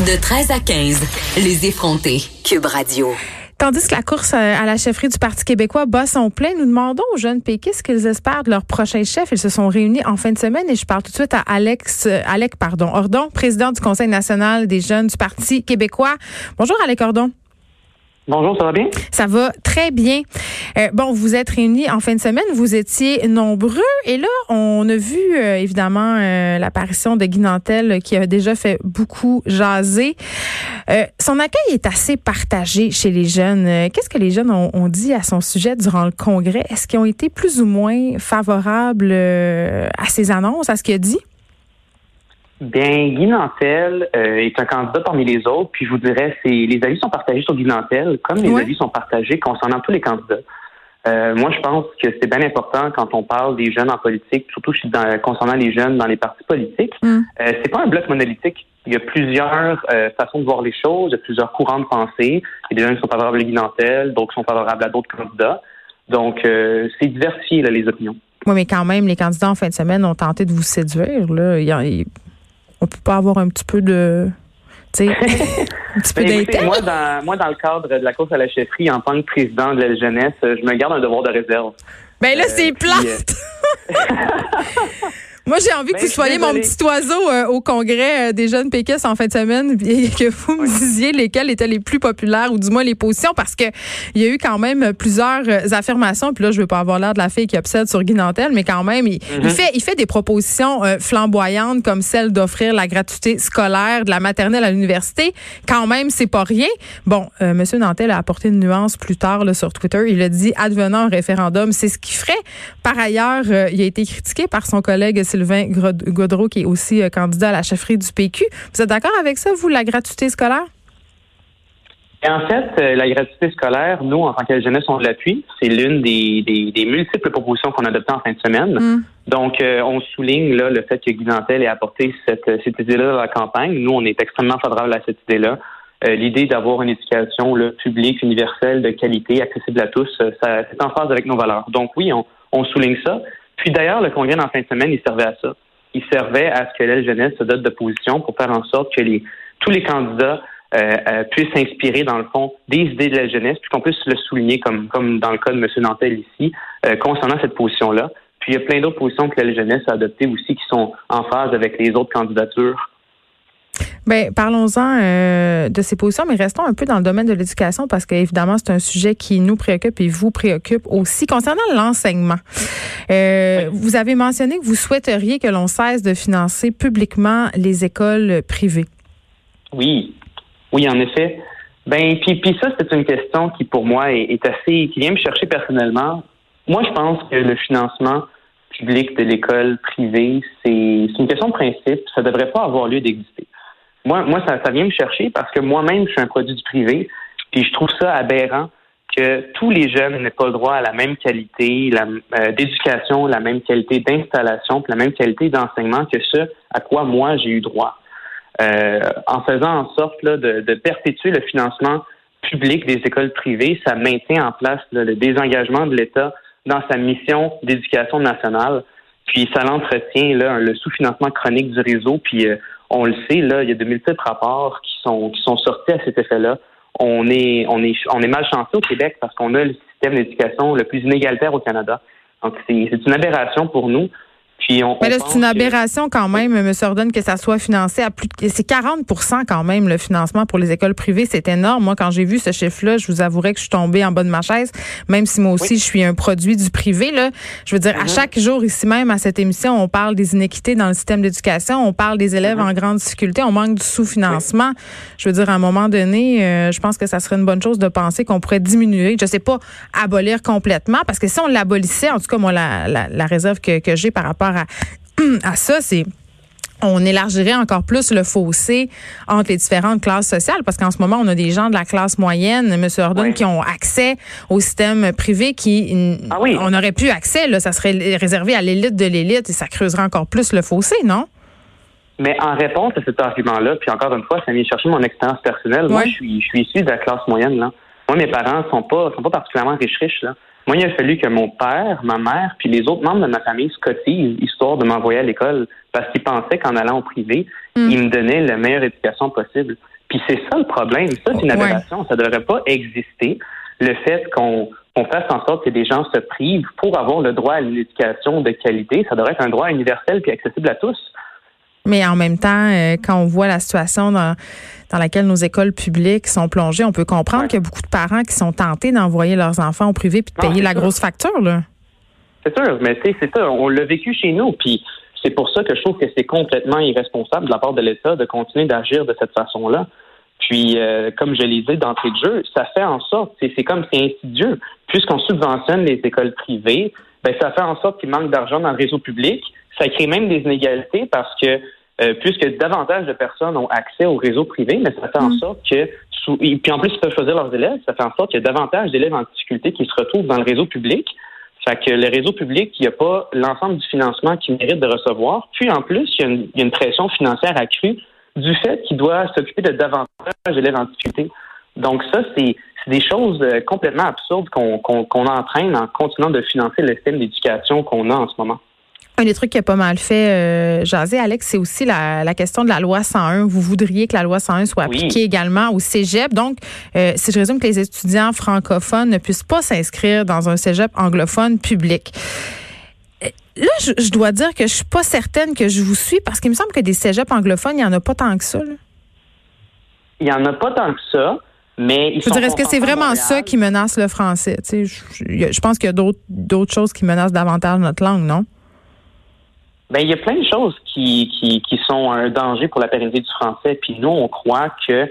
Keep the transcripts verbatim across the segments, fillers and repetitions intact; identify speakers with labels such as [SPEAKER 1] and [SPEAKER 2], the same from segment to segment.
[SPEAKER 1] De treize à quinze, les effrontés. Cube Radio.
[SPEAKER 2] Tandis que la course à la chefferie du Parti québécois bat son plein, nous demandons aux jeunes péquistes ce qu'ils espèrent de leur prochain chef. Ils se sont réunis en fin de semaine et je parle tout de suite à Alex, Alec pardon, Ordon, président du Conseil national des jeunes du Parti québécois. Bonjour Alec Ordon.
[SPEAKER 3] Bonjour, ça va bien?
[SPEAKER 2] Ça va très bien. Euh, bon, vous êtes réunis en fin de semaine, vous étiez nombreux et là, on a vu euh, évidemment euh, l'apparition de Guy Nantel qui a déjà fait beaucoup jaser. Euh, son accueil est assez partagé chez les jeunes. Euh, qu'est-ce que les jeunes ont, ont dit à son sujet durant le congrès? Est-ce qu'ils ont été plus ou moins favorables euh, à ses annonces, à ce qu'il a dit?
[SPEAKER 3] Bien, Guy Nantel euh, est un candidat parmi les autres, puis je vous dirais, c'est les avis sont partagés sur Guy Nantel, comme les
[SPEAKER 2] ouais.
[SPEAKER 3] avis sont partagés concernant tous les candidats. Euh, moi, je pense que c'est bien important quand on parle des jeunes en politique, surtout dans, concernant les jeunes dans les partis politiques. Mm. Euh, c'est pas un bloc monolithique. Il y a plusieurs euh, façons de voir les choses, il y a plusieurs courants de pensée. Il y a des jeunes qui sont favorables à Guy Nantel, d'autres qui sont favorables à d'autres candidats. Donc, euh, c'est diversifié, là, les opinions.
[SPEAKER 2] Oui, mais quand même, les candidats en fin de semaine ont tenté de vous séduire, là. Il y a, il... On peut pas avoir un petit peu de, tu sais, un petit peu d'intérêt.
[SPEAKER 3] Moi, dans, moi, dans le cadre de la course à la chefferie, en tant que président de la jeunesse, je me garde un devoir de réserve.
[SPEAKER 2] Ben là, euh, c'est plate! Puis, euh... Moi, j'ai envie ben, que vous soyez mon petit oiseau euh, au congrès euh, des jeunes péquistes en fin de semaine et que vous me oui. disiez lesquels étaient les plus populaires ou du moins les positions parce que il y a eu quand même plusieurs euh, affirmations. Puis là, je veux pas avoir l'air de la fille qui obsède sur Guy Nantel, mais quand même, il, mm-hmm. il fait il fait des propositions euh, flamboyantes comme celle d'offrir la gratuité scolaire de la maternelle à l'université. Quand même, c'est pas rien. Bon, euh, Monsieur Nantel a apporté une nuance plus tard là, sur Twitter. Il a dit advenant un référendum, c'est ce qu'il ferait. Par ailleurs, euh, il a été critiqué par son collègue Sylvain Gaudreault, qui est aussi euh, candidat à la chefferie du P Q. Vous êtes d'accord avec ça, vous, la gratuité scolaire?
[SPEAKER 3] Et en fait, euh, la gratuité scolaire, nous, en tant que jeunesse, on l'appuie. C'est l'une des, des, des multiples propositions qu'on a adoptées en fin de semaine. Mm. Donc, euh, on souligne là le fait que Guy Nantel ait apporté cette, cette idée-là dans la campagne. Nous, on est extrêmement favorables à cette idée-là. Euh, l'idée d'avoir une éducation là, publique, universelle, de qualité, accessible à tous, ça, c'est en phase avec nos valeurs. Donc oui, on, on souligne ça. Puis d'ailleurs, le congrès en fin de semaine, il servait à ça. Il servait à ce que l'aile jeunesse se dote de position pour faire en sorte que les, tous les candidats euh, euh, puissent s'inspirer, dans le fond, des idées de l'aile jeunesse, puis qu'on puisse le souligner, comme, comme dans le cas de M. Nantel ici, euh, concernant cette position-là. Puis il y a plein d'autres positions que l'aile jeunesse a adoptées aussi qui sont en phase avec les autres candidatures.
[SPEAKER 2] Ben, parlons-en euh, de ces positions, mais restons un peu dans le domaine de l'éducation parce qu'évidemment, c'est un sujet qui nous préoccupe et vous préoccupe aussi. Concernant l'enseignement, euh, oui. vous avez mentionné que vous souhaiteriez que l'on cesse de financer publiquement les écoles privées.
[SPEAKER 3] Oui, oui, en effet. Ben, puis, puis ça, c'est une question qui, pour moi, est, est assez, qui vient me chercher personnellement. Moi, je pense que le financement public de l'école privée, c'est, c'est une question de principe. Ça devrait pas avoir lieu d'exister. Moi, moi, ça, ça vient me chercher parce que moi-même, je suis un produit du privé, puis je trouve ça aberrant que tous les jeunes n'aient pas le droit à la même qualité la, euh, d'éducation, la même qualité d'installation, puis la même qualité d'enseignement que ce à quoi moi j'ai eu droit. Euh, en faisant en sorte là, de, de perpétuer le financement public des écoles privées, ça maintient en place là, le désengagement de l'État dans sa mission d'éducation nationale, puis ça l'entretient là, le sous-financement chronique du réseau, puis euh, on le sait, là, il y a de multiples rapports qui sont qui sont sortis à cet effet-là. On est on est on est malchanceux au Québec parce qu'on a le système d'éducation le plus inégalitaire au Canada. Donc c'est c'est une aberration pour nous. Puis on,
[SPEAKER 2] Mais là,
[SPEAKER 3] on
[SPEAKER 2] c'est une aberration que... quand même, M. Ordon, que ça soit financé à plus de... C'est quarante pour cent quand même, le financement pour les écoles privées. C'est énorme. Moi, quand j'ai vu ce chiffre-là, je vous avouerai que je suis tombée en bas de ma chaise, même si moi aussi, oui. je suis un produit du privé. Là. Je veux dire, mm-hmm. à chaque jour, ici même, à cette émission, on parle des inéquités dans le système d'éducation, on parle des élèves mm-hmm. en grande difficulté, on manque du sous-financement. Oui. Je veux dire, à un moment donné, euh, je pense que ça serait une bonne chose de penser qu'on pourrait diminuer, je sais pas, abolir complètement, parce que si on l'abolissait, en tout cas, moi, la, la, la réserve que, que j'ai par rapport à, à ça, c'est on élargirait encore plus le fossé entre les différentes classes sociales parce qu'en ce moment, on a des gens de la classe moyenne, M. Ordon, oui. qui ont accès au système privé qui, ah oui. on n'aurait plus accès, là, ça serait réservé à l'élite de l'élite et ça creuserait encore plus le fossé, non?
[SPEAKER 3] Mais en réponse à cet argument-là, puis encore une fois, ça vient chercher mon expérience personnelle. Oui. Moi, je suis, je suis issu de la classe moyenne, là. Moi, mes parents sont pas sont pas particulièrement riches-riches, là. Moi, il a fallu que mon père, ma mère, puis les autres membres de ma famille se cotisent, histoire de m'envoyer à l'école, parce qu'ils pensaient qu'en allant au privé, mm. ils me donnaient la meilleure éducation possible. Puis c'est ça le problème. Ça, c'est une aberration. Ouais. Ça devrait pas exister. Le fait qu'on, qu'on fasse en sorte que des gens se privent pour avoir le droit à une éducation de qualité, ça devrait être un droit universel puis accessible à tous.
[SPEAKER 2] Mais en même temps, euh, quand on voit la situation dans, dans laquelle nos écoles publiques sont plongées, on peut comprendre ouais. qu'il y a beaucoup de parents qui sont tentés d'envoyer leurs enfants au privé puis de payer non, la sûr. grosse facture, là.
[SPEAKER 3] C'est sûr, mais tu sais, c'est ça. On l'a vécu chez nous, puis c'est pour ça que je trouve que c'est complètement irresponsable de la part de l'État de continuer d'agir de cette façon-là. Puis, euh, comme je l'ai dit d'entrée de jeu, ça fait en sorte, c'est, c'est comme c'est insidieux. Puisqu'on subventionne les écoles privées, ben ça fait en sorte qu'il manque d'argent dans le réseau public. Ça crée même des inégalités parce que euh, puisque davantage de personnes ont accès au réseau privé, mais ça fait en sorte que, sous, et puis en plus ils peuvent choisir leurs élèves, ça fait en sorte qu'il y a davantage d'élèves en difficulté qui se retrouvent dans le réseau public. Fait que le réseau public, il n'y a pas l'ensemble du financement qu'il mérite de recevoir. Puis en plus, il y a une, il y a une pression financière accrue du fait qu'il doit s'occuper de davantage d'élèves en difficulté. Donc ça, c'est, c'est des choses complètement absurdes qu'on, qu'on, qu'on entraîne en continuant de financer le système d'éducation qu'on a en ce moment.
[SPEAKER 2] Un des trucs qui a pas mal fait euh, jaser, Alex, c'est aussi la, la question de la loi cent un. Vous voudriez que la loi cent un soit appliquée oui. également au cégep. Donc, euh, si je résume, que les étudiants francophones ne puissent pas s'inscrire dans un cégep anglophone public. Là, je, je dois dire que je suis pas certaine que je vous suis parce qu'il me semble que des cégeps anglophones, il y en a pas tant que ça. Là.
[SPEAKER 3] Il y en a pas tant que ça. Mais ils
[SPEAKER 2] je veux dire, est-ce que c'est vraiment ça qui menace le français? Tu sais, je, je pense qu'il y a d'autres, d'autres choses qui menacent davantage notre langue, non?
[SPEAKER 3] Ben, il y a plein de choses qui, qui, qui sont un danger pour la pérennité du français. Puis nous, on croit que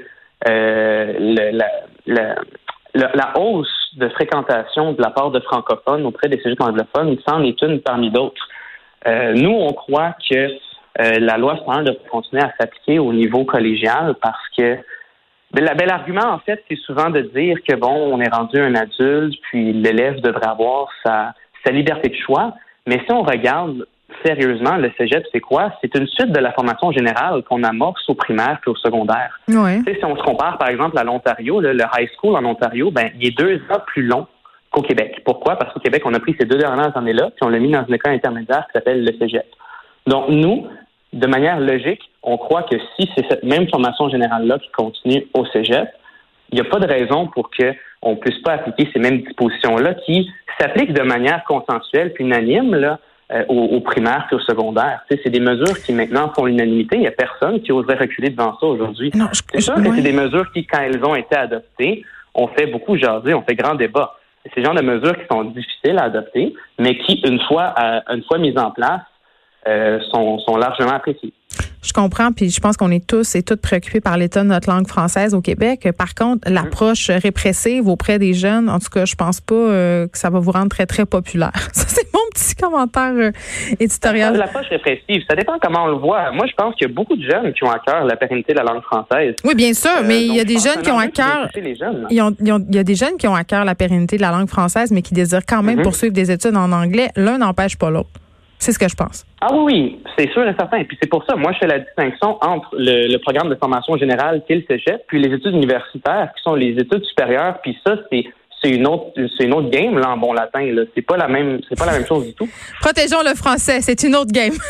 [SPEAKER 3] euh, le, la, la, la, la hausse de fréquentation de la part de francophones auprès des cégeps anglophones, c'en est une parmi d'autres. Euh, nous, on croit que euh, la loi cent un devrait continuer à s'appliquer au niveau collégial parce que ben, la, ben, l'argument, en fait, c'est souvent de dire que, bon, on est rendu un adulte, puis l'élève devrait avoir sa, sa liberté de choix. Mais si on regarde sérieusement, le cégep, c'est quoi? C'est une suite de la formation générale qu'on amorce au primaire puis au secondaire.
[SPEAKER 2] Oui.
[SPEAKER 3] Tu sais, si on se compare, par exemple, à l'Ontario, là, le high school en Ontario, ben, il est deux ans plus long qu'au Québec. Pourquoi? Parce qu'au Québec, on a pris ces deux dernières années-là puis on l'a mis dans une école intermédiaire qui s'appelle le cégep. Donc, nous, de manière logique, on croit que si c'est cette même formation générale-là qui continue au cégep, il n'y a pas de raison pour qu'on ne puisse pas appliquer ces mêmes dispositions-là qui s'appliquent de manière consensuelle puis unanime, là, Euh, au, au primaire puis au secondaire. Tu sais, c'est des mesures qui maintenant font l'unanimité. Il n'y a personne qui oserait reculer devant ça aujourd'hui. Non, je, c'est sûr je, que ouais. c'est des mesures qui, quand elles ont été adoptées, on fait beaucoup jaser, on fait grand débat. C'est le genre de mesures qui sont difficiles à adopter, mais qui, une fois, euh, une fois mises en place, euh, sont, sont largement appréciées.
[SPEAKER 2] Je comprends, puis je pense qu'on est tous et toutes préoccupés par l'état de notre langue française au Québec. Par contre, mmh. l'approche répressive auprès des jeunes, en tout cas, je pense pas euh, que ça va vous rendre très, très populaire. Ça, c'est mon petit commentaire euh, éditorial.
[SPEAKER 3] L'approche répressive, ça dépend comment on le voit. Moi, je pense qu'il y a beaucoup de jeunes qui ont à cœur la pérennité de la langue française.
[SPEAKER 2] Oui, bien sûr, euh, mais il y a des jeunes qui ont à cœur... Il y a des jeunes qui ont à cœur la pérennité de la langue française, mais qui désirent quand même mmh. poursuivre des études en anglais. L'un n'empêche pas l'autre. C'est ce que je pense.
[SPEAKER 3] Ah oui, oui, c'est sûr et certain. Et puis c'est pour ça, moi, je fais la distinction entre le, le programme de formation générale qu'est le cégep, puis les études universitaires, qui sont les études supérieures. Puis ça, c'est c'est une autre c'est une autre game là en bon latin. Là, c'est pas la même c'est pas la même chose du tout.
[SPEAKER 2] Protégeons le français, c'est une autre game.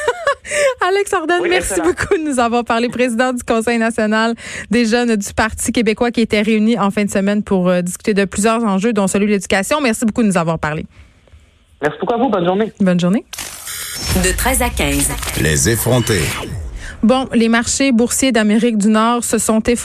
[SPEAKER 2] Alex Ordonne, oui, merci excellent. beaucoup de nous avoir parlé. Président du Conseil national des jeunes du Parti québécois qui était réuni en fin de semaine pour euh, discuter de plusieurs enjeux, dont celui de l'éducation. Merci beaucoup de nous avoir parlé.
[SPEAKER 3] Merci beaucoup à vous. Bonne journée.
[SPEAKER 2] Bonne journée.
[SPEAKER 1] De treize à quinze.
[SPEAKER 4] Les effrontés.
[SPEAKER 2] Bon, les marchés boursiers d'Amérique du Nord se sont effondrés.